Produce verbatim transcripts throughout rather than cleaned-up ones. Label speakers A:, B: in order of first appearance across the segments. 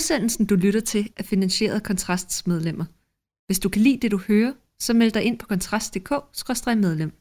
A: Udsendelsen, du lytter til, er finansieret af Kontrasts medlemmer. Hvis du kan lide det, du hører, så meld dig ind på kontrast punktum d k skråstreg medlem.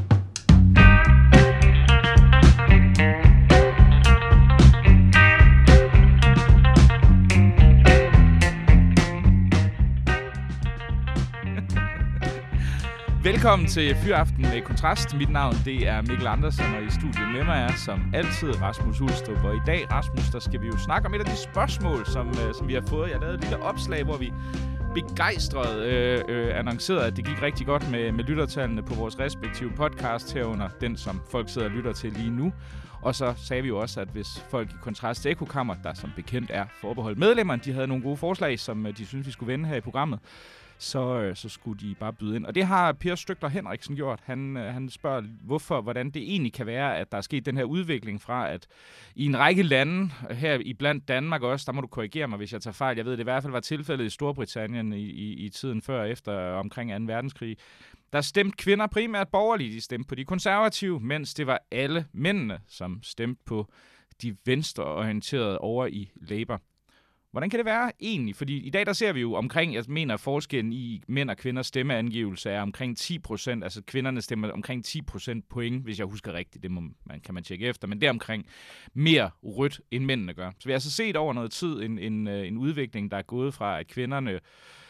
B: Velkommen til Fyraften med Kontrast. Mit navn det er Mikkel Andersen, og i studiet med mig er som altid Rasmus Ulstrup. Og i dag, Rasmus, der skal vi jo snakke om et af de spørgsmål, som, øh, som vi har fået. Jeg lavede et lille opslag, hvor vi begejstret øh, øh, annoncerede, at det gik rigtig godt med, med lyttertallene på vores respektive podcast herunder, den som folk sidder og lytter til lige nu. Og så sagde vi jo også, at hvis folk i Kontrast til Ekokammer, der som bekendt er forbeholdt medlemmerne, de havde nogle gode forslag, som de synes vi skulle vende her i programmet, Så, så skulle de bare byde ind. Og det har Per Støgler Henriksen gjort. Han, han spørger, hvorfor, hvordan det egentlig kan være, at der er sket den her udvikling fra, at i en række lande, her i blandt Danmark også, der må du korrigere mig, hvis jeg tager fejl. Jeg ved, det i hvert fald var tilfældet i Storbritannien i, i, i tiden før og efter omkring anden verdenskrig. Der stemte kvinder primært borgerlige. De stemte på de konservative, mens det var alle mændene, som stemte på de venstreorienterede over i Labour. Hvordan kan det være egentlig? Fordi i dag der ser vi jo omkring, jeg mener, at forskellen i mænd og kvinders stemmeangivelse er omkring ti procent. Altså kvinderne stemmer omkring ti procent point, hvis jeg husker rigtigt. Det må man, kan man tjekke efter. Men det er omkring mere rødt, end mændene gør. Så vi har altså set over noget tid en, en, en udvikling, der er gået fra, at kvinderne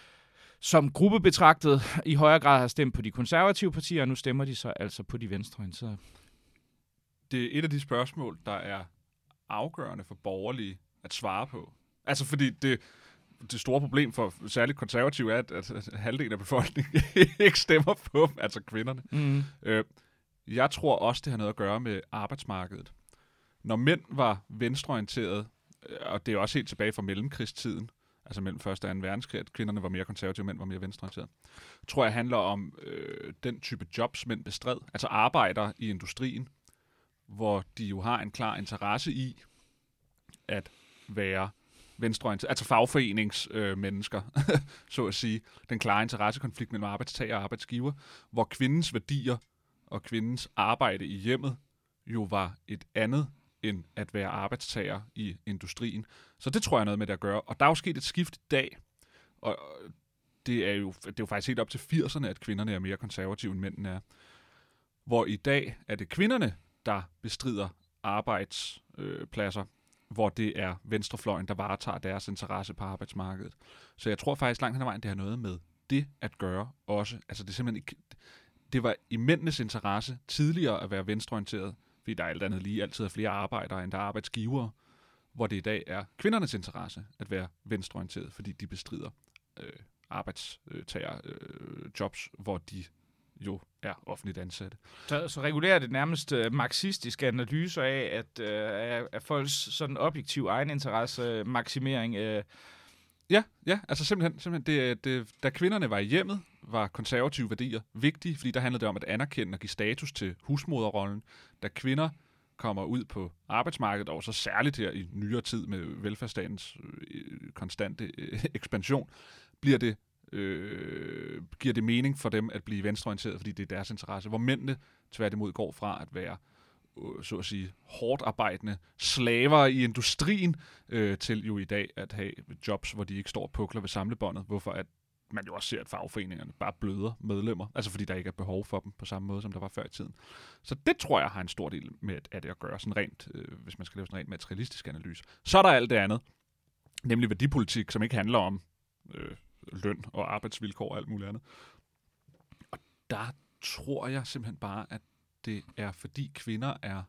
B: som gruppe betragtet i højere grad har stemt på de konservative partier, og nu stemmer de så altså på de venstreorienterede.
C: Det er et af de spørgsmål, der er afgørende for borgerlige at svare på. Altså fordi det, det store problem for særligt konservative er, at, at, at halvdelen af befolkningen ikke stemmer på dem, altså kvinderne. Mm. Øh, jeg tror også, det har noget at gøre med arbejdsmarkedet. Når mænd var venstreorienterede, og det er også helt tilbage fra mellemkrigstiden, altså mellem første og anden verdenskrig, at kvinderne var mere konservative, mænd var mere venstreorienterede, tror jeg handler om øh, den type jobs, mænd bestred. Altså arbejder i industrien, hvor de jo har en klar interesse i at være venstreorienteret, altså fagforeningsmennesker, øh, så at sige. Den klare interessekonflikt mellem arbejdstager og arbejdsgiver, hvor kvindens værdier og kvindens arbejde i hjemmet jo var et andet end at være arbejdstager i industrien. Så det tror jeg er noget med det at gøre. Og der er jo sket et skift i dag, og det er jo, det er jo faktisk helt op til firserne, at kvinderne er mere konservative end mændene er. Hvor i dag er det kvinderne, der bestrider arbejdspladser, øh, hvor det er venstrefløjen, der varetager deres interesse på arbejdsmarkedet. Så jeg tror faktisk langt hen ad vejen, det har noget med det at gøre også. Altså det er simpelthen ikke, det var i mændenes interesse tidligere at være venstreorienteret, fordi der er alt andet lige altid er flere arbejdere, end der er arbejdsgivere, hvor det i dag er kvindernes interesse at være venstreorienteret, fordi de bestrider øh, arbejdstager øh, jobs, hvor de jo er offentligt ansatte.
B: Så, så regulerer det nærmest uh, marxistiske analyser af, at uh, af folks sådan objektiv egeninteresse uh, maksimering. Uh...
C: Ja, ja, altså simpelthen, simpelthen det, det, da kvinderne var i hjemmet, var konservative værdier vigtige, fordi der handlede det om at anerkende og give status til husmoderrollen. Da kvinder kommer ud på arbejdsmarkedet, og så særligt her i nyere tid med velfærdsstatens øh, konstante øh, ekspansion, bliver det Øh, giver det mening for dem at blive venstreorienteret, fordi det er deres interesse, hvor mændene tværtimod går fra at være øh, så at sige hårdt arbejdende slaver i industrien øh, til jo i dag at have jobs, hvor de ikke står og pukler ved samlebåndet, hvorfor at man jo også ser, at fagforeningerne bare bløder medlemmer, altså fordi der ikke er behov for dem på samme måde, som der var før i tiden. Så det tror jeg har en stor del med at det at gøre sådan rent, øh, hvis man skal lave sådan en rent materialistisk analyse. Så er der alt det andet, nemlig værdipolitik, som ikke handler om øh, løn og arbejdsvilkår og alt muligt andet. Og der tror jeg simpelthen bare, at det er fordi kvinder er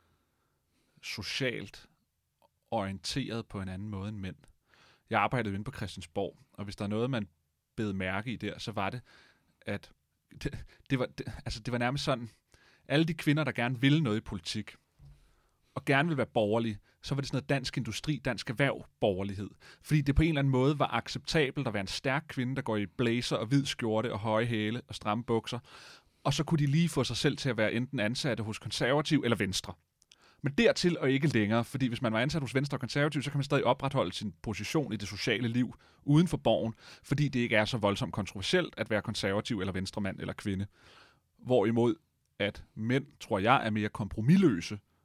C: socialt orienteret på en anden måde end mænd. Jeg arbejdede inde på Christiansborg, og hvis der er noget, man bed mærke i der, så var det, at det, det, var, det, altså det var nærmest sådan, alle de kvinder, der gerne ville noget i politik, og gerne ville være borgerlige, så var det sådan noget dansk industri, dansk erhverv, borgerlighed. Fordi det på en eller anden måde var acceptabelt at være en stærk kvinde, der går i blazer og hvid skjorte og høje hæle og stramme bukser. Og så kunne de lige få sig selv til at være enten ansatte hos konservativ eller venstre. Men dertil og ikke længere, fordi hvis man var ansat hos venstre og konservativ, så kan man stadig opretholde sin position i det sociale liv uden for borgen, fordi det ikke er så voldsomt kontroversielt at være konservativ eller venstremand eller kvinde. Hvorimod at mænd, tror jeg, er mere kompromisløse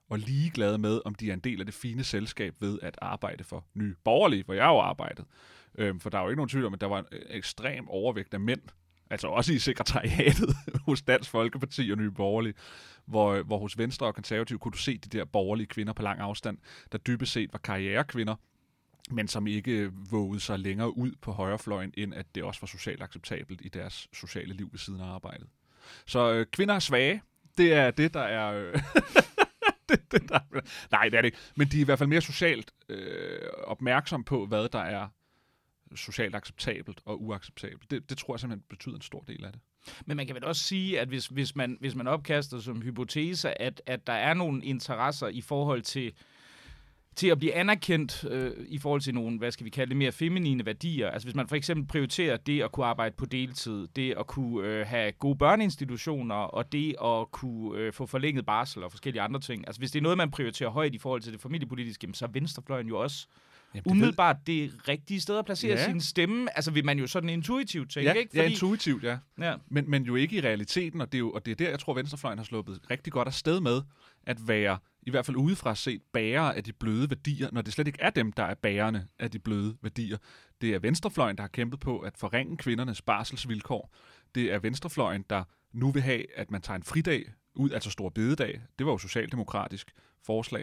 C: og ligeglade med, om de er en del af det fine selskab ved at arbejde for Nye Borgerlige, hvor jeg jo arbejdede. Øhm, for der er jo ikke nogen tvivl om, at der var en ekstrem overvægt af mænd, altså også i sekretariatet hos Dansk Folkeparti og Nye Borgerlige, hvor, hvor hos Venstre og Konservative kunne du se de der borgerlige kvinder på lang afstand, der dybest set var karrierekvinder, men som ikke vågede sig længere ud på højrefløjen, end at det også var socialt acceptabelt i deres sociale liv ved siden af arbejdet. Så øh, kvinder er svage, det er det, der er... Øh det, det, der er nej, det er det ikke. Men de er i hvert fald mere socialt øh, opmærksomme på, hvad der er socialt acceptabelt og uacceptabelt. Det, det tror jeg simpelthen betyder en stor del af det.
B: Men man kan vel også sige, at hvis, hvis, man, hvis man opkaster som hypotese, at, at der er nogle interesser i forhold til, til at blive anerkendt øh, i forhold til nogle, hvad skal vi kalde det, mere feminine værdier. Altså hvis man for eksempel prioriterer det at kunne arbejde på deltid, det at kunne øh, have gode børneinstitutioner, og det at kunne øh, få forlænget barsel og forskellige andre ting. Altså hvis det er noget, man prioriterer højt i forhold til det familiepolitiske, så er venstrefløjen jo også Jamen, det umiddelbart ved... det rigtige sted at placere ja. sin stemme. Altså vil man jo sådan intuitivt tænke,
C: ja,
B: ikke? Fordi...
C: Ja, intuitivt, ja.
B: ja.
C: Men, men jo ikke i realiteten, og det er, jo, og det er der, jeg tror, venstrefløjen har sluppet rigtig godt afsted med, at være, i hvert fald udefra set, bærere af de bløde værdier, når det slet ikke er dem, der er bærerne af de bløde værdier. Det er venstrefløjen, der har kæmpet på at forringe kvindernes barselsvilkår. Det er venstrefløjen, der nu vil have, at man tager en fridag ud, altså stor bededag. Det var jo socialdemokratisk forslag.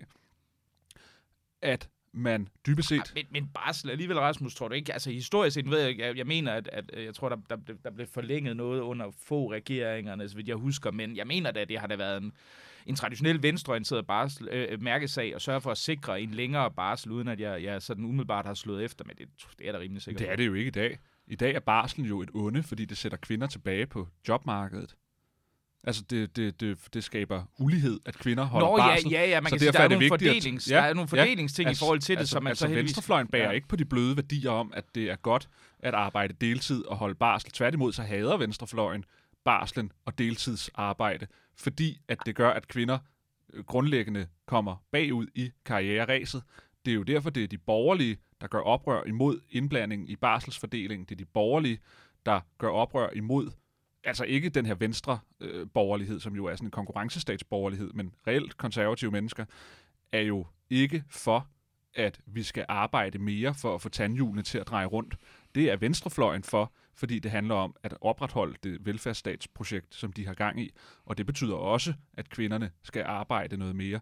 C: At man dybest set...
B: Ja, men, men barsel alligevel, Rasmus, tror du ikke? Altså historisk set, ved jeg, jeg, jeg mener, at, at jeg tror, der, der, der blev forlænget noget under få regeringerne, så vidt jeg husker, men jeg mener da, at det har da været en, en traditionel venstreorienteret barsel, øh, mærkesag, og sørge for at sikre en længere barsel, uden at jeg, jeg sådan umiddelbart har slået efter, men det, det er da rimelig sikkert.
C: Det er det jo ikke i dag. I dag er barslen jo et onde, fordi det sætter kvinder tilbage på jobmarkedet. Altså, det, det, det, det skaber ulighed, at kvinder holder
B: Nå,
C: barsel.
B: ja, ja, ja, man
C: så
B: kan sige, der er, nogle
C: fordelings,
B: at, ja, der er nogle fordelingsting
C: ja,
B: i forhold til
C: altså,
B: det, som man
C: altså,
B: så heldigvis...
C: venstrefløjen bærer
B: ja.
C: ikke på de bløde værdier om, at det er godt at arbejde deltid og holde barsel. Tværtimod så hader venstrefløjen barslen og deltidsarbejde, fordi at det gør, at kvinder grundlæggende kommer bagud i karriereræset. Det er jo derfor, det er de borgerlige, der gør oprør imod indblanding i barselsfordelingen. Det er de borgerlige, der gør oprør imod, altså ikke den her venstre øh, borgerlighed, som jo er sådan en konkurrencestatsborgerlighed, men reelt konservative mennesker, er jo ikke for, at vi skal arbejde mere for at få tandhjulene til at dreje rundt. Det er venstrefløjen for, fordi det handler om at opretholde det velfærdsstatsprojekt, som de har gang i. Og det betyder også, at kvinderne skal arbejde noget mere.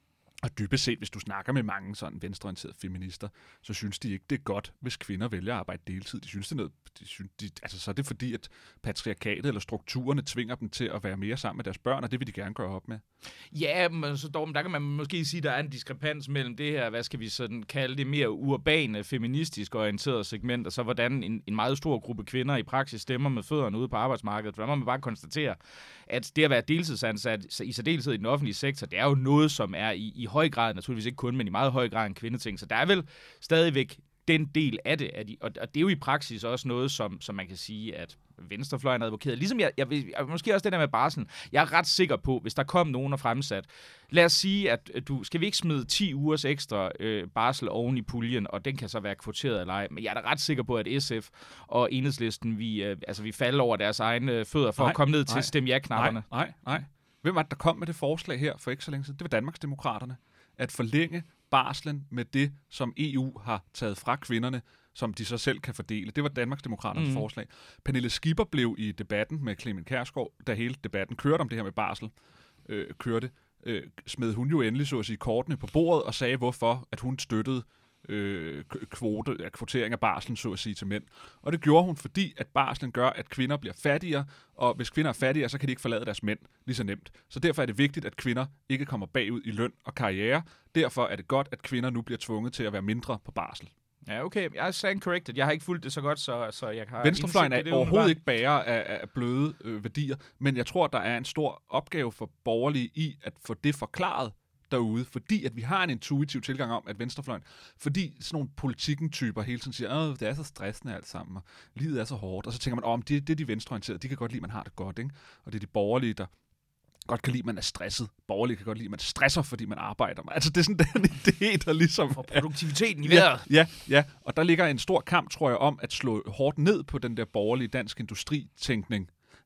C: Og dybest set, hvis du snakker med mange sådan venstreorienterede feminister, så synes de ikke, det er godt, hvis kvinder vælger at arbejde deltid. De synes, det er noget, de synes, de, altså, så er det fordi, at patriarkatet eller strukturerne tvinger dem til at være mere sammen med deres børn, og det vil de gerne gøre op med.
B: Ja, men så dog, der kan man måske sige, at der er en diskrepans mellem det her, hvad skal vi sådan kalde det, mere urbane, feministisk orienterede segment, og så hvordan en, en meget stor gruppe kvinder i praksis stemmer med fødderne ude på arbejdsmarkedet. For der må man bare konstatere, at det at være deltidsansat, i særdeleshed i den offentlige sektor, det er jo noget, som er i, i høj grad, naturligvis ikke kun, men i meget høj grad en kvindeting. Så der er vel stadigvæk den del af det, af de, og det er jo i praksis også noget, som, som man kan sige, at venstrefløjen advokerer. Ligesom jeg, jeg, jeg, måske også det der med barslen. Jeg er ret sikker på, hvis der kom nogen og fremsat, lad os sige, at du skal vi ikke smide ti ugers ekstra øh, barsel oven i puljen, og den kan så være kvoteret eller ej, men jeg er da ret sikker på, at S F og Enhedslisten, vi, øh, altså, vi falder over deres egne fødder for nej, at komme ned nej, til stemme ja-knapperne.
C: Nej, nej, nej. Hvem var det, der kom med det forslag her for ikke så længe siden? Det var Danmarksdemokraterne. At forlænge barslen med det, som E U har taget fra kvinderne, som de så selv kan fordele. Det var Danmarksdemokraternes mm. forslag. Pernille Skipper blev i debatten med Clement Kjærsgaard, da hele debatten kørte om det her med barsel, øh, kørte, øh, smed hun jo endelig så at sige kortene på bordet og sagde, hvorfor at hun støttede øh, kvote, ja, kvotering af barslen, så at sige, til mænd. Og det gjorde hun, fordi at barslen gør, at kvinder bliver fattigere, og hvis kvinder er fattigere, så kan de ikke forlade deres mænd lige så nemt. Så derfor er det vigtigt, at kvinder ikke kommer bagud i løn og karriere. Derfor er det godt, at kvinder nu bliver tvunget til at være mindre på barsel.
B: Ja, okay. Jeg er stand corrected. Jeg har ikke fulgt det så godt, så, så jeg har...
C: Venstrefløjen er overhovedet ikke bærer af, af bløde øh, værdier, men jeg tror, der er en stor opgave for borgerlige i at få det forklaret derude, fordi at vi har en intuitiv tilgang om, at venstrefløjen, fordi sådan nogle politikken-typer hele tiden siger, åh, det er så stressende alt sammen, og livet er så hårdt, og så tænker man, åh, det, det er de venstreorienterede, de kan godt lide, at man har det godt, ikke? Og det er de borgerlige, der godt kan lide, at man er stresset. Borgerlige kan godt lide, at man stresser, fordi man arbejder. Altså, det er sådan den idé, der ligesom...
B: For produktiviteten i vejret.
C: Ja, ja, ja, og der ligger en stor kamp, tror jeg, om at slå hårdt ned på den der borgerlige dansk industritænkning.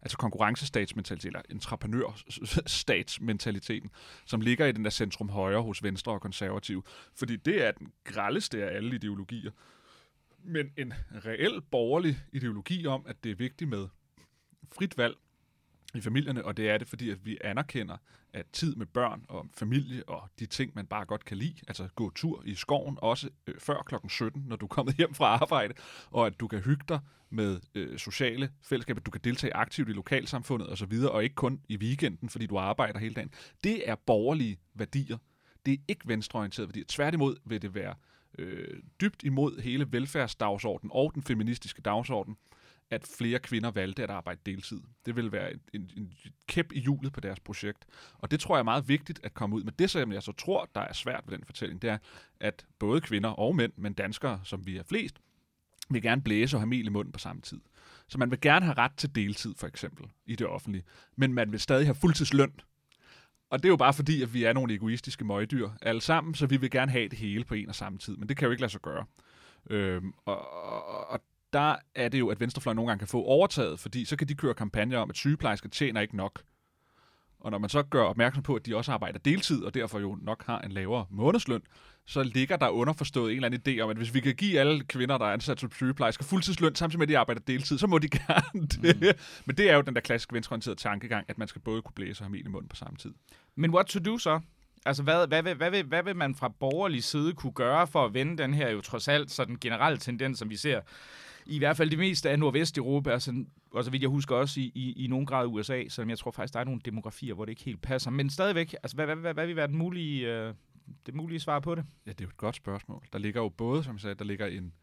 C: altså konkurrencestatsmentaliteten, eller entreprenørstatsmentaliteten, som ligger i den der centrum højre hos Venstre og Konservative. Fordi det er den grældeste af alle ideologier. Men en reel borgerlig ideologi om, at det er vigtigt med frit valg i familierne, og det er det, fordi at vi anerkender, at tid med børn og familie og de ting, man bare godt kan lide, altså gå tur i skoven, også øh, før klokken sytten, når du er kommet hjem fra arbejde, og at du kan hygge dig med øh, sociale fællesskaber, du kan deltage aktivt i lokalsamfundet osv., og ikke kun i weekenden, fordi du arbejder hele dagen. Det er borgerlige værdier. Det er ikke venstreorienterede værdier. Tværtimod vil det være øh, dybt imod hele velfærdsdagsordenen og den feministiske dagsorden, at flere kvinder valgte at arbejde deltid. Det vil være en, en, en kæp i hjulet på deres projekt. Og det tror jeg er meget vigtigt at komme ud med. Det, som jeg så tror, der er svært ved den fortælling, det er, at både kvinder og mænd, men danskere, som vi er flest, vil gerne blæse og have mel i munden på samme tid. Så man vil gerne have ret til deltid, for eksempel, i det offentlige. Men man vil stadig have fuldtidsløn. Og det er jo bare fordi, at vi er nogle egoistiske møgdyr alle sammen, så vi vil gerne have det hele på en og samme tid. Men det kan jo ikke lade sig gøre. Øhm, og, og, og der er det jo, at venstrefløjen nogle gange kan få overtaget, fordi så kan de køre kampagner om, at sygeplejersker tjener ikke nok. Og når man så gør opmærksom på, at de også arbejder deltid, og derfor jo nok har en lavere månedsløn, så ligger der underforstået en eller anden idé om, at hvis vi kan give alle kvinder, der er ansat som sygeplejersker, fuldtidsløn, samtidig med, at de arbejder deltid, så må de gerne det. Mm. Men det er jo den der klassiske venstreorienterede tankegang, at man skal både kunne blæse og have mel i munden på samme tid.
B: Men what to do så? Altså, hvad, hvad, hvad, hvad, hvad, hvad vil man fra borgerlig side kunne gøre for at vende den her jo trods alt sådan generelle tendens, som vi ser i hvert fald det meste af Nordvesteuropa, altså, og så vidt jeg husker også i, i, i nogen grad U S A, selvom jeg tror faktisk, der er nogle demografier, hvor det ikke helt passer. Men stadigvæk, altså, hvad, hvad, hvad, hvad vil være den mulige, øh, det mulige svar på det?
C: Ja, det er jo et godt spørgsmål. Der ligger jo både, som jeg sagde, der ligger en,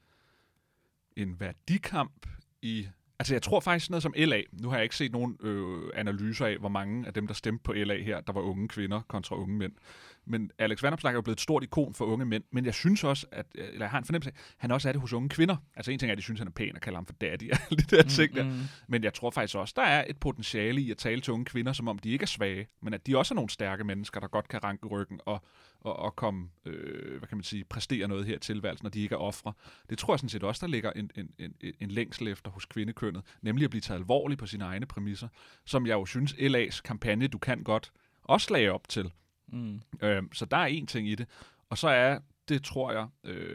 C: en værdikamp i... Altså, jeg tror faktisk noget som L A. Nu har jeg ikke set nogen øh, analyser af, hvor mange af dem, der stemte på L A her, der var unge kvinder kontra unge mænd. Men Alex Vanopslagh er jo blevet et stort ikon for unge mænd, men jeg synes også, at eller jeg har en fornemmelse af, at han også er det hos unge kvinder. Altså en ting er, at de synes, han er pæn og kalder ham for daddy og alle de der ting der. Mm-hmm. Men jeg tror faktisk også, der er et potentiale i at tale til unge kvinder, som om de ikke er svage, men at de også er nogle stærke mennesker, der godt kan ranke ryggen og, og, og komme, øh, hvad kan man sige, præstere noget her i tilværelsen, når de ikke er ofre. Det tror jeg sådan set også, der ligger en, en, en, en længsel efter hos kvindekønnet, nemlig at blive taget alvorligt på sine egne præmisser, som jeg jo synes, L A's kampagne, du kan godt, også lagde op til. Mm. Øhm, så der er en ting i det. Og så er det, tror jeg,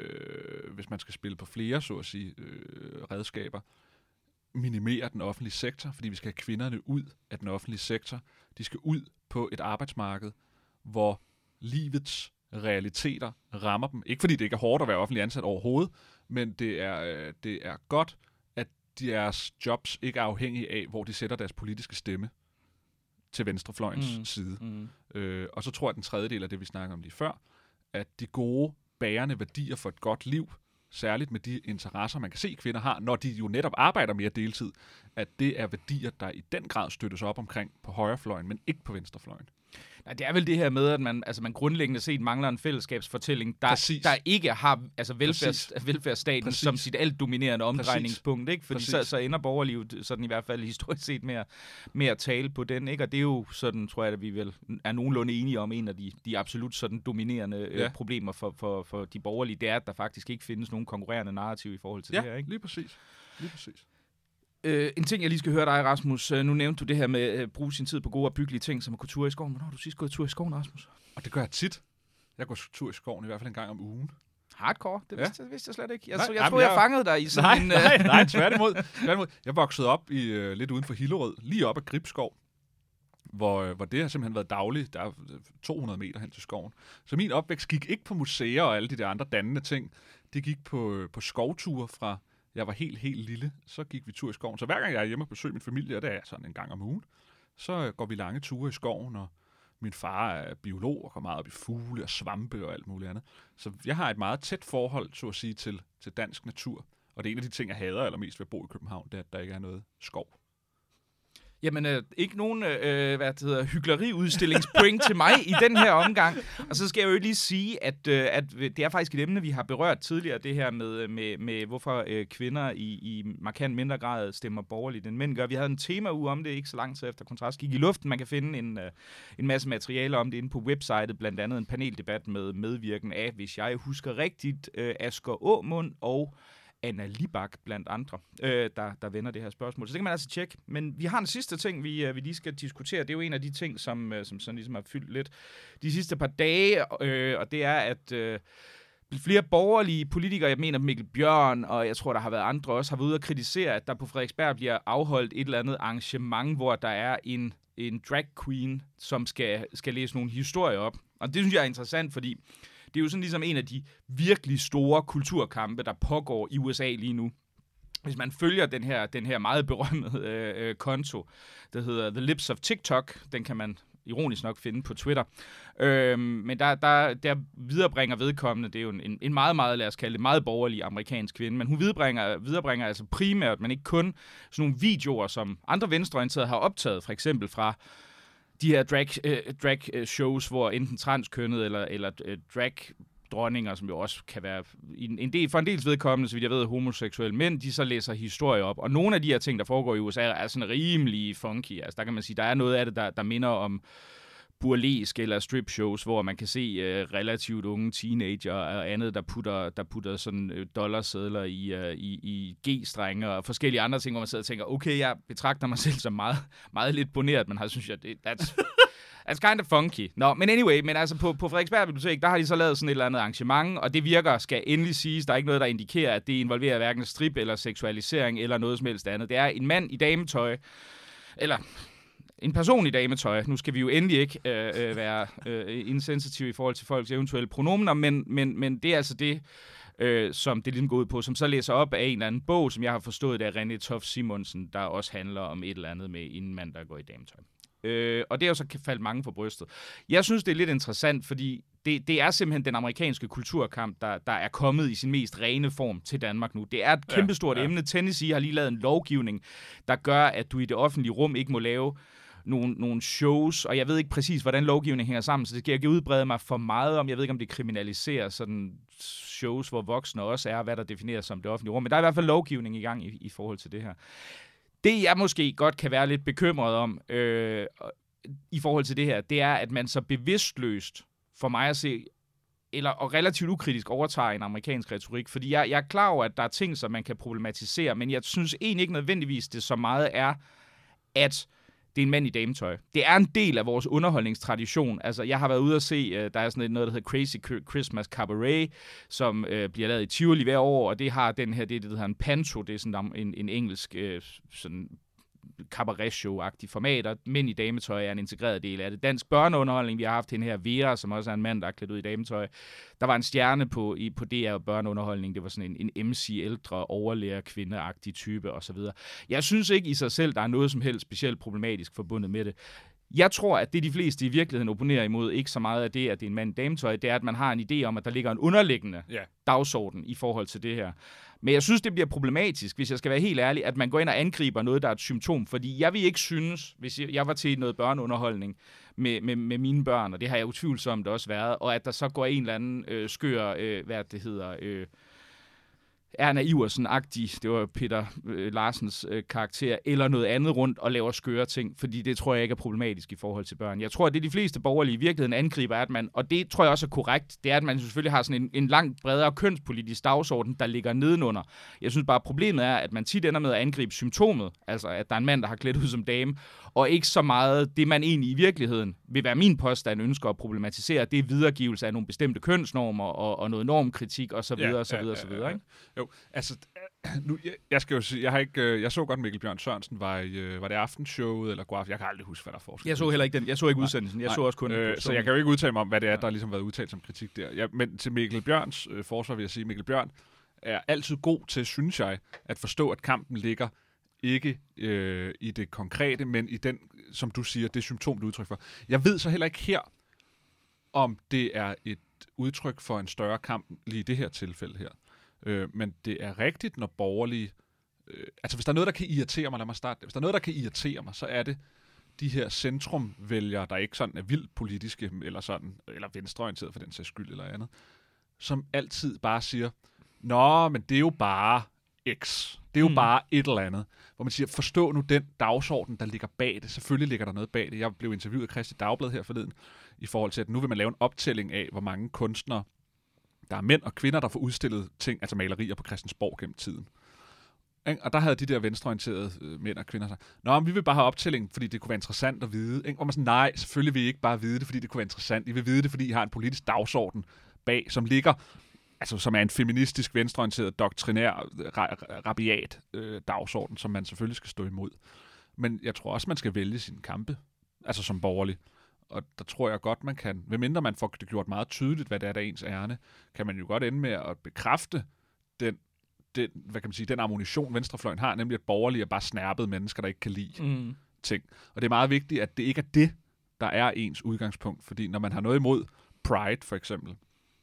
C: øh, hvis man skal spille på flere, så at sige, øh, redskaber, minimere den offentlige sektor, fordi vi skal have kvinderne ud af den offentlige sektor. De skal ud på et arbejdsmarked, hvor livets realiteter rammer dem. Ikke fordi det ikke er hårdt at være offentlig ansat overhovedet, men det er, øh, det er godt, at deres jobs ikke er afhængige af, hvor de sætter deres politiske stemme til venstrefløjens mm. side. Mm. Øh, og så tror jeg, at den tredje del af det, vi snakker om lige før, at de gode, bærende værdier for et godt liv, særligt med de interesser, man kan se, kvinder har, når de jo netop arbejder mere deltid, at det er værdier, der i den grad støttes op omkring på højrefløjen, men ikke på venstrefløjen.
B: Nej, det er vel det her med, at man, altså man grundlæggende set mangler en fællesskabsfortælling, der, der ikke har altså velfærds, velfærdsstaten Præcis. Som sit alt dominerende omdrejningspunkt, ikke? Fordi så, så ender borgerlivet sådan i hvert fald historisk set med at, med at tale på den, ikke? Og det er jo sådan, tror jeg, at vi vel er nogenlunde enige om, en af de, de absolut sådan dominerende ja. øh, problemer for, for, for de borgerlige, det er, at der faktisk ikke findes nogen konkurrerende narrativ i forhold til
C: ja,
B: det her, ikke?
C: lige præcis. Lige præcis.
B: Uh, en ting, jeg lige skal høre dig, Rasmus. Uh, nu nævnte du det her med at uh, bruge sin tid på gode og byggelige ting, som at gå tur i skoven. Hvornår har du sidst gået tur i skoven, Rasmus?
C: Og det gør jeg tit. Jeg går tur i skoven i hvert fald en gang om ugen.
B: Hardcore? Det
C: ja.
B: vidste, det vidste jeg slet ikke. Jeg,
C: nej,
B: så, jeg jamen, tror, jeg, jeg fangede dig i sådan
C: nej,
B: en... Uh...
C: Nej, nej, tværtimod. tværtimod. Jeg voksede op i uh, lidt uden for Hillerød, lige op ad Gribskov, hvor, uh, hvor det har simpelthen været dagligt. Der er to hundrede meter hen til skoven. Så min opvækst gik ikke på museer og alle de der andre dannende ting. Det gik på, uh, på skovture fra... Jeg var helt, helt lille, så gik vi tur i skoven. Så hver gang jeg er hjemme og besøger min familie, og det er sådan en gang om ugen, så går vi lange ture i skoven, og min far er biolog og går meget op i fugle og svampe og alt muligt andet. Så jeg har et meget tæt forhold, så at sige, til, til dansk natur. Og det er en af de ting, jeg hader allermest ved at bo i København, det er, at der ikke er noget skov.
B: Jamen, øh, ikke nogen øh, hvad det hedder, hykleriudstillingspoint til mig i den her omgang. Og så skal jeg jo lige sige, at, øh, at det er faktisk et emne, vi har berørt tidligere, det her med, med, med hvorfor øh, kvinder i, i markant mindre grad stemmer borgerligt end mænd gør. Vi havde en tema-uge om det, ikke så lang tid efter Kontrast gik i luften. Man kan finde en, øh, en masse materiale om det inde på websitet, blandt andet en paneldebat med medvirken af, hvis jeg husker rigtigt, øh, Asger Aamund og Anna Libak blandt andre, øh, der, der vender det her spørgsmål. Så det kan man altså tjekke. Men vi har en sidste ting, vi, vi lige skal diskutere. Det er jo en af de ting, som, som sådan ligesom har fyldt lidt de sidste par dage, øh, og det er, at øh, flere borgerlige politikere, jeg mener Mikkel Bjørn, og jeg tror, der har været andre også, har været ude at kritisere, at der på Frederiksberg bliver afholdt et eller andet arrangement, hvor der er en, en drag queen, som skal, skal læse nogle historier op. Og det synes jeg er interessant, fordi det er jo sådan ligesom en af de virkelig store kulturkampe, der pågår i U S A lige nu. Hvis man følger den her, den her meget berømmede øh, konto, der hedder The Lips of TikTok, den kan man ironisk nok finde på Twitter. Øhm, men der, der, der viderebringer vedkommende, det er jo en, en meget, meget, lad os kalde det, meget borgerlig amerikansk kvinde, men hun viderebringer, viderebringer altså primært, men ikke kun sådan nogle videoer, som andre venstreorienterede har optaget, for eksempel fra de her drag, øh, drag shows, hvor enten transkønnet eller, eller øh, drag dronninger, som jo også kan være en, en del, for en dels vedkommende, så vidt jeg ved, homoseksuelle mænd, de så læser historier op. Og nogle af de her ting, der foregår i U S A, er sådan rimelig funky. Altså, der kan man sige, der er noget af det, der, der minder om burlesk eller strip shows, hvor man kan se øh, relativt unge teenager og andet, der putter, der putter sådan øh, dollarsedler i, øh, i, i G-strenge og forskellige andre ting, hvor man sidder og tænker, okay, jeg betragter mig selv som meget, meget lidt boneret, men har synes jeg, det, that's, that's kind of funky. Nå, men anyway, men altså på, på Frederiksberg Bibliotek, der har de så lavet sådan et eller andet arrangement, og det virker, skal endelig siges, der er ikke noget, der indikerer, at det involverer hverken strip eller seksualisering eller noget som helst andet. Det er en mand i dametøj, eller en person i dametøj. Nu skal vi jo endelig ikke øh, øh, være øh, insensitive i forhold til folks eventuelle pronomener, men, men, men det er altså det, øh, som det ligesom går ud på, som så læser op af en eller anden bog, som jeg har forstået, det er René Toft Simonsen, der også handler om et eller andet med en mand, der går i dametøj. Øh, og det er jo så faldt mange for brystet. Jeg synes, det er lidt interessant, fordi det, det er simpelthen den amerikanske kulturkamp, der, der er kommet i sin mest rene form til Danmark nu. Det er et kæmpestort ja, ja. emne. Tennessee har lige lavet en lovgivning, der gør, at du i det offentlige rum ikke må lave nogle, nogle shows, og jeg ved ikke præcis, hvordan lovgivningen hænger sammen, så det skal jeg ikke udbrede mig for meget om. Jeg ved ikke, om det kriminaliserer sådan shows, hvor voksne også er, hvad der defineres som det offentlige rum. Men der er i hvert fald lovgivning i gang i, i forhold til det her. Det, jeg måske godt kan være lidt bekymret om øh, i forhold til det her, det er, at man så bevidstløst, for mig at se, eller og relativt ukritisk overtager en amerikansk retorik. Fordi jeg, jeg er klar over, at der er ting, som man kan problematisere, men jeg synes egentlig ikke nødvendigvis, det så meget er, at det er en mand i dametøj. Det er en del af vores underholdningstradition. Altså, jeg har været ude at se, der er sådan noget, der hedder Crazy Christmas Cabaret, som øh, bliver lavet i Tivoli hver år, og det har den her, det, det hedder en panto, det er sådan en, en engelsk øh, sådan cabaret-show-agtig format, og mænd i dametøj er en integreret del af det. Dansk børneunderholdning, vi har haft den her Vera, som også er en mand, der er klædt ud i dametøj. Der var en stjerne på, i, på D R børneunderholdning, det var sådan en, en M C, ældre, overlærer, kvindeagtig type osv. Jeg synes ikke i sig selv, der er noget som helst specielt problematisk forbundet med det. Jeg tror, at det de fleste i virkeligheden opponerer imod, ikke så meget af det, at det er en mand i dametøj, det er, at man har en idé om, at der ligger en underliggende yeah. dagsorden i forhold til det her. Men jeg synes, det bliver problematisk, hvis jeg skal være helt ærlig, at man går ind og angriber noget, der er et symptom. Fordi jeg vil ikke synes, hvis jeg var til noget børneunderholdning med, med, med mine børn, og det har jeg utvivlsomt også været, og at der så går en eller anden øh, skør, øh, hvad det hedder, øh, Erna Iversen-agtig, det var Peter øh, Larsens øh, karakter, eller noget andet rundt og laver skøre ting, fordi det tror jeg ikke er problematisk i forhold til børn. Jeg tror, at det de fleste borgerlige i virkeligheden angriber, at man, og det tror jeg også er korrekt, det er, at man selvfølgelig har sådan en, en langt bredere kønspolitisk dagsorden, der ligger nedenunder. Jeg synes bare, problemet er, at man tit ender med at angribe symptomet, altså at der er en mand, der har klædt ud som dame, og ikke så meget det, man egentlig i virkeligheden vil være min påstand ønsker at problematisere, det er videregivelse af nogle bestemte kønsnormer og, og noget normkritik og så videre og så videre og så videre, ikke?
C: Jo, altså nu jeg, jeg skal jo sige, jeg har ikke jeg så godt Mikkel Bjørn Sørensen var i, var det aftenshowet eller god aften, jeg kan aldrig huske hvad der er forskel.
B: Jeg så heller ikke den. Jeg så ikke udsendelsen. Jeg nej, så også kun
C: øh, så jeg kan jo ikke udtale mig om hvad det er der ligesom har været udtalt som kritik der. Ja, men til Mikkel Bjørns øh, forsvar vil jeg sige, Mikkel Bjørn er altid god til, synes jeg, at forstå at kampen ligger ikke øh, i det konkrete, men i den, som du siger, det symptom, du udtryk for. Jeg ved så heller ikke her, om det er et udtryk for en større kamp lige i det her tilfælde her. Øh, men det er rigtigt, når borgerlige... Øh, altså, hvis der er noget, der kan irritere mig, lad mig starte. Hvis der er noget, der kan irritere mig, så er det de her centrumvælgere, der ikke sådan er vildt politiske, eller sådan, eller venstreorienteret for den sags skyld, eller andet, som altid bare siger, nå, men det er jo bare X. Det er jo mm. bare et eller andet. Hvor man siger, forstå nu den dagsorden, der ligger bag det. Selvfølgelig ligger der noget bag det. Jeg blev interviewet af Kristi Dagblad her forleden, i forhold til, at nu vil man lave en optælling af, hvor mange kunstnere der er mænd og kvinder, der får udstillet ting, altså malerier på Christiansborg gennem tiden. Og der havde de der venstreorienterede øh, mænd og kvinder sagt, nå, men vi vil bare have optælling, fordi det kunne være interessant at vide. Ikke? Og man sådan, nej, selvfølgelig vil I ikke bare vide det, fordi det kunne være interessant. I vil vide det, fordi I har en politisk dagsorden bag, som ligger, altså som er en feministisk, venstreorienteret, doktrinær, ra- rabiat øh, dagsorden, som man selvfølgelig skal stå imod. Men jeg tror også, man skal vælge sine kampe, altså som borgerlig. Og der tror jeg godt, man kan, medmindre man får det gjort meget tydeligt, hvad det er, der er ens ærne, kan man jo godt ende med at bekræfte den Den, hvad kan man sige, den ammunition, venstrefløjen har, nemlig at borgerlige er bare snærpede mennesker, der ikke kan lide mm. ting. Og det er meget vigtigt, at det ikke er det, der er ens udgangspunkt. Fordi når man har noget imod Pride, for eksempel,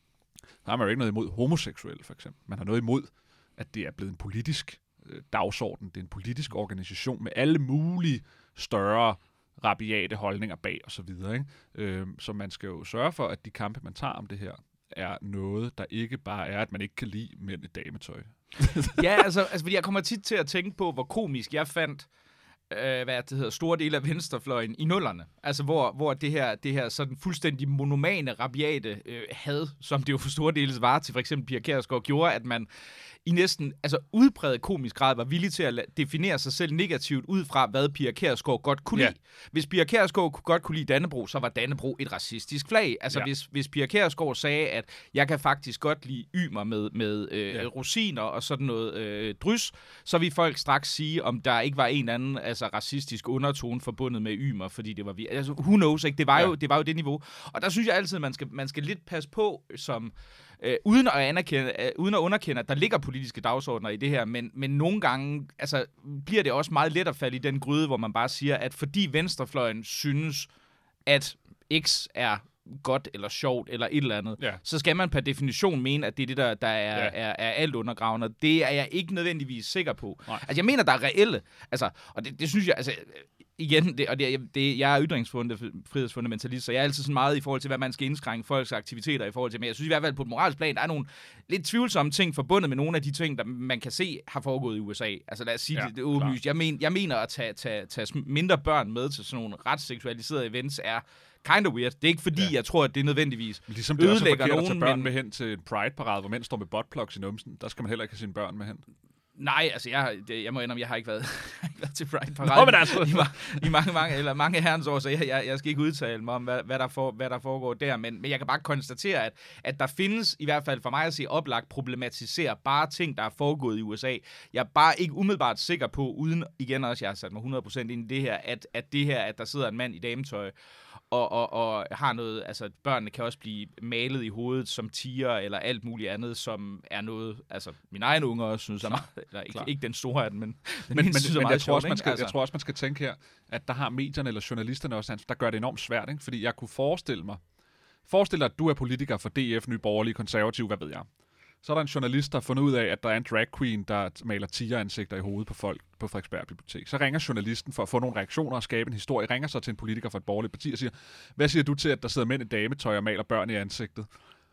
C: så har man jo ikke noget imod homoseksuelle, for eksempel. Man har noget imod, at det er blevet en politisk øh, dagsorden. Det er en politisk organisation med alle mulige større rabiate holdninger bag osv. Øh, så man skal jo sørge for, at de kampe, man tager om det her, er noget, der ikke bare er, at man ikke kan lide mænd i dametøj.
B: Ja, altså, altså, fordi jeg kommer tit til at tænke på, hvor komisk jeg fandt, øh, hvad det hedder, store dele af venstrefløjen i nullerne. Altså, hvor, hvor det her, det her sådan fuldstændig monomane, rabiate øh, had, som det jo for store dele var til for eksempel Pia Kjærsgaard, gjorde, at man i næsten altså udpræget komisk grad var villig til at definere sig selv negativt ud fra, hvad Pia Kjærsgaard godt kunne lide. Ja. Hvis Pia Kjærsgaard godt kunne lide Dannebrog, så var Dannebrog et racistisk flag. Altså ja. hvis, hvis Pia Kjærsgaard sagde, at jeg kan faktisk godt lide ymer med, med øh, ja. rosiner og sådan noget øh, drys, så vil folk straks sige, om der ikke var en eller anden altså, racistisk undertone forbundet med ymer, fordi det var vi. Altså, who knows, ikke? Det var, ja. jo, det var jo det niveau. Og der synes jeg altid, man skal, man skal lidt passe på, som Øh, uden at anerkende, øh, uden at underkende, at der ligger politiske dagsordner i det her, men, men nogle gange altså, bliver det også meget let at falde i den gryde, hvor man bare siger, at fordi venstrefløjen synes, at X er godt eller sjovt eller et eller andet, ja. så skal man per definition mene, at det er det, der, der er, ja. er, er alt undergravende. Det er jeg ikke nødvendigvis sikker på. Nej. Altså, jeg mener, der er reelle, altså, og det, det synes jeg, altså, igen, det, og det, det, jeg er ytringsfrihedsfundamentalist, så jeg er altid sådan meget i forhold til, hvad man skal indskrænke folks aktiviteter i forhold til, men jeg synes i hvert fald på et moralsk plan, der er nogle lidt tvivlsomme ting forbundet med nogle af de ting, der man kan se har foregået i U S A. Altså lad os sige ja, det, det åbenlyst. Jeg, men, jeg mener at tage, tage, tage mindre børn med til sådan nogle ret seksualiserede events er kind of weird. Det er ikke fordi, ja. jeg tror, at det nødvendigvis
C: ligesom det ødelægger nogen. Ligesom det er også forkert at tage børn men... med hen til en Pride-parade, hvor mænd står med buttplugs i numsen. Der skal man heller ikke have sine børn med hen.
B: Nej, altså jeg, det, jeg må indrømme, jeg har ikke været, ikke været til Pride-parade altså. i, i mange, mange, eller mange herrens år, så jeg, jeg, jeg skal ikke udtale mig om, hvad, hvad, der, for, hvad der foregår der, men, men jeg kan bare konstatere, at, at der findes, i hvert fald for mig at sige, oplagt problematisere bare ting, der er foregået i U S A. Jeg er bare ikke umiddelbart sikker på, uden igen også, jeg har sat mig hundrede procent ind i det her, at, at det her, at der sidder en mand i dametøj, Og, og, og har noget, altså børnene kan også blive malet i hovedet som tiger eller alt muligt andet, som er noget, altså min egen unge også synes, klar, er, eller ikke, ikke den store af den, men den men, men, synes, men jeg, tror også, man skal, altså. jeg tror også, man skal tænke her, at der har medierne eller journalisterne også, der gør det enormt svært, ikke? Fordi jeg kunne forestille mig, forestil dig, at du er politiker for D F, Nye Borgerlige, Konservative, hvad ved jeg. Så er der en journalist, der har fundet ud af, at der er en drag queen, der maler tigeransigter i hovedet på folk på Frederiksberg Bibliotek. Så ringer journalisten for at få nogle reaktioner og skabe en historie. Ringer så til en politiker fra et borgerligt parti og siger, hvad siger du til, at der sidder mænd i dametøj og maler børn i ansigtet?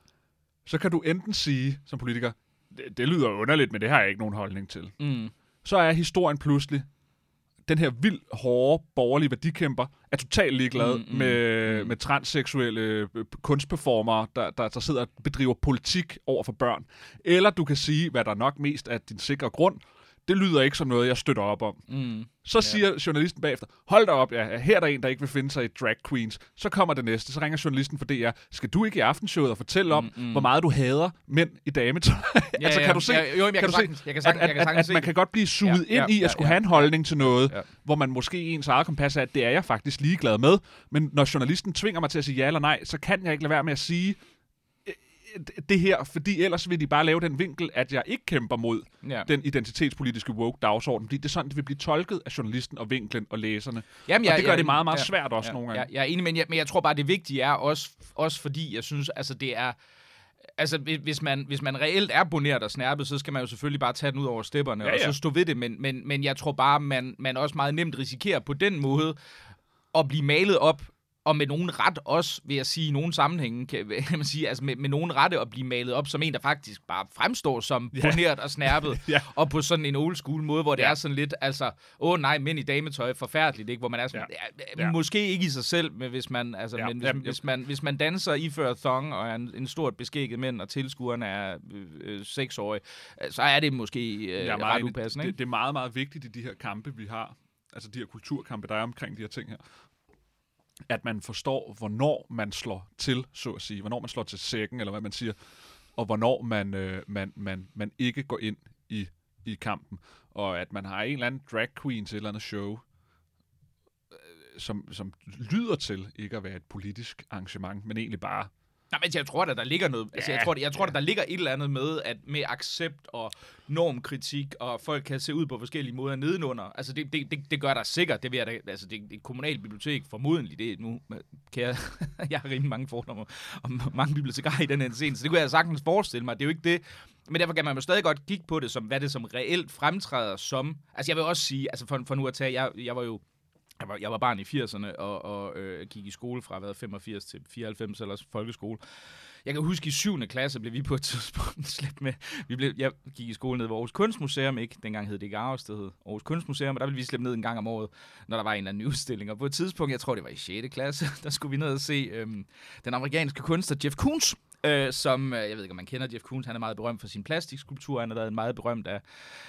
B: Så kan du enten sige som politiker, det, det lyder underligt, men det har jeg ikke nogen holdning til. Mm. Så er historien pludselig, den her vildt hårde borgerlige værdikæmper er totalt ligeglad mm, mm, med, mm. med transseksuelle kunstperformere, der, der, der sidder og bedriver politik over for børn. Eller du kan sige, hvad der nok mest er din sikre grund. Det lyder ikke som noget, jeg støtter op om. Mm. Så siger ja. journalisten bagefter, hold da op, ja, her er der en, der ikke vil finde sig i drag queens. Så kommer det næste, så ringer journalisten for D R. Skal du ikke i aftenshowet og fortælle om, mm, mm. hvor meget du hader mænd i dametøj? Ja, altså, kan ja, du se, ja, jo, jeg kan, kan, sagtens, jeg kan sagtens, at, at, at, at man
C: kan godt blive suget ja, ind ja, i at skulle ja, have en holdning til noget, ja. hvor man måske i ens eget kompas er, at det er jeg faktisk ligeglad med. Men når journalisten tvinger mig til at sige ja eller nej, så kan jeg ikke lade være med at sige det her, fordi ellers vil de bare lave den vinkel, at jeg ikke kæmper mod ja. den identitetspolitiske woke-dagsorden, fordi det er sådan, det vil blive tolket af journalisten og vinklen og læserne. Jamen, jeg, og det gør jeg, det meget, meget ja, svært også ja, nogle gange.
B: Jeg, jeg er enig, men jeg, men jeg tror bare, det vigtige er også, også fordi, jeg synes, altså det er, altså hvis man, hvis man reelt er boneret og snærpet, så skal man jo selvfølgelig bare tage den ud over stepperne, ja, ja. og så stå ved det, men, men, men jeg tror bare, man, man også meget nemt risikerer på den måde at blive malet op og med nogen ret også, vil jeg sige, i nogle sammenhænge, kan, kan man sige, altså med, med nogen rette at blive malet op som en, der faktisk bare fremstår som ja. poneret og snærpet, ja. og på sådan en old school måde, hvor det ja. er sådan lidt, altså, åh nej, mænd i dametøj, forfærdeligt, ikke? Hvor man er sådan, ja. Ja, måske ikke i sig selv, men hvis man, altså, ja. men hvis, ja. hvis, man, hvis man danser ifører thong og er en, en stort beskægget mænd, og tilskuerne er øh, seksårige, så er det måske øh, ja, ret upassende, ikke?
C: Det, det er meget, meget vigtigt i de her kampe, vi har, altså de her kulturkampe, der er omkring de her ting her, at man forstår, hvornår man slår til, så at sige, hvornår man slår til sækken, eller hvad man siger, og hvornår man, øh, man, man, man ikke går ind i, i kampen. Og at man har en eller anden drag queen til et eller andet show, øh, som, som lyder til ikke at være et politisk arrangement, men egentlig bare...
B: Nej, men jeg tror da, der ligger noget... Ja, altså, jeg tror, jeg tror ja. da, der ligger et eller andet med, at med accept og normkritik, og folk kan se ud på forskellige måder nedenunder. Altså, det, det, det, det gør der sikkert. Det, vil jeg da, altså, det, det er et kommunalt bibliotek, formodentlig. Det, nu kan jeg... jeg har rimelig mange fordomme om mange bibliotekarer i den her scene, så det kunne jeg sagtens forestille mig. Det er jo ikke det... Men derfor kan man jo stadig godt kigge på det, som hvad det som reelt fremtræder som... Altså, jeg vil også sige... Altså, for, for nu at tage... Jeg, jeg var jo... Jeg var, jeg var barn i firserne og, og øh, gik i skole fra hvad, femogfirs til fireoghalvfems, eller folkeskole. Jeg kan huske, i syvende klasse blev vi på et tidspunkt slæbt med. Vi blev, jeg gik i skole ned ved Aarhus Kunstmuseum, ikke? Dengang hed det ikke Aarhus, det hed Aarhus Kunstmuseum, og der blev vi slæbt ned en gang om året, når der var en eller anden udstilling. Og på et tidspunkt, jeg tror det var i sjette klasse, der skulle vi ned og se øhm, den amerikanske kunstner Jeff Koons, øh, som, jeg ved ikke om man kender Jeff Koons, han er meget berømt for sin plastikskulptur, han har været meget berømt af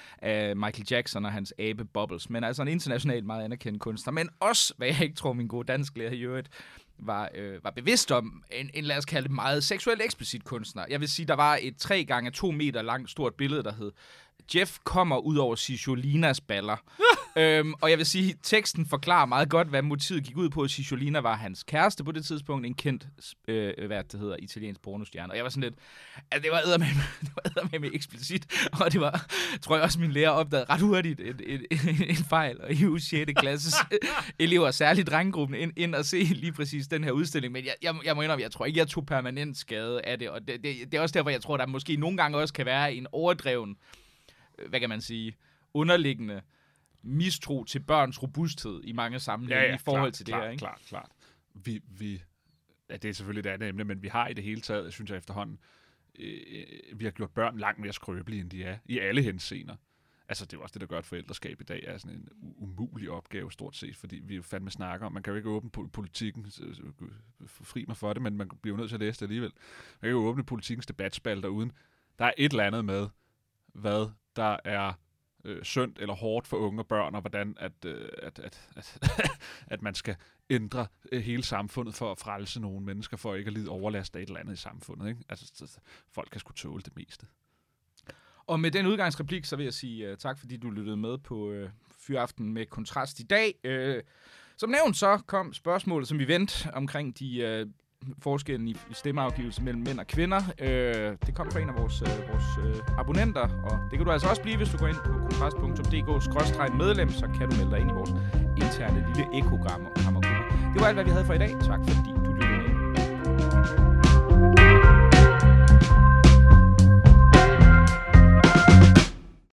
B: af Michael Jackson og hans abe Bubbles, men altså en internationalt meget anerkendt kunstner, men også, hvad jeg ikke tror, min gode dansklærer i øvrigt var, øh, var bevidst om, en, en lad os kalde det meget seksuelt eksplicit kunstner. Jeg vil sige, der var et tre gange to meter langt stort billede, der hed Jeff kommer ud over Cicciolinas baller. øhm, og jeg vil sige, teksten forklarer meget godt, hvad motivet gik ud på. Cicciolina var hans kæreste på det tidspunkt, en kendt, øh, hvad det hedder, italiensk pornostjerne. Og jeg var sådan lidt, at det var eddermame, det var eddermame eksplicit, og det var, tror jeg også, min lærer opdagede ret hurtigt en, en, en, en fejl, og i sjette klasses elever, særligt drengegruppen, ind, ind og se lige præcis den her udstilling. Men jeg, jeg, jeg må indrømme, jeg tror ikke, jeg tog permanent skade af det, og det, det, det er også derfor, jeg tror, der måske nogle gange også kan være en overdreven, hvad kan man sige, underliggende mistro til børns robusthed i mange sammenhænge, ja, ja, i forhold
C: klart,
B: til det
C: klart,
B: her, ikke?
C: Klart, klart. Vi, vi, ja, det er selvfølgelig et andet emne, men vi har i det hele taget, synes jeg efterhånden, øh, vi har gjort børn langt mere skrøbelige, end de er, i alle henseender. Altså, det er også det, der gør, at forældreskab i dag er sådan en umulig opgave, stort set, fordi vi jo fandme snakker om, man kan jo ikke åbne politikken, fri mig for det, men man bliver jo nødt til at læse det alligevel. Man kan jo åbne politikens debatspalter uden, der er et eller andet med, hvad der er øh, synd eller hårdt for unge og børn, og hvordan at, øh, at, at, at, at man skal ændre øh, hele samfundet for at frelse nogle mennesker, for ikke at lide overlast af et eller andet i samfundet. Ikke? Altså, folk kan sgu tåle det meste.
B: Og med den udgangsreplik, så vil jeg sige uh, tak, fordi du lyttede med på uh, Fyraften med Kontrast i dag. Uh, som nævnt, så kom spørgsmålet, som vi vendte omkring de... Uh, forskellen i stemmeafgivelse mellem mænd og kvinder. Øh, det kom fra en af vores, øh, vores øh, abonnenter, og det kan du altså også blive, hvis du går ind på kontrast punktum d k skråstreg medlem, så kan du melde dig ind i vores interne lille ekokammergruppe. Det var alt, hvad vi havde for i dag. Tak fordi du lyttede med.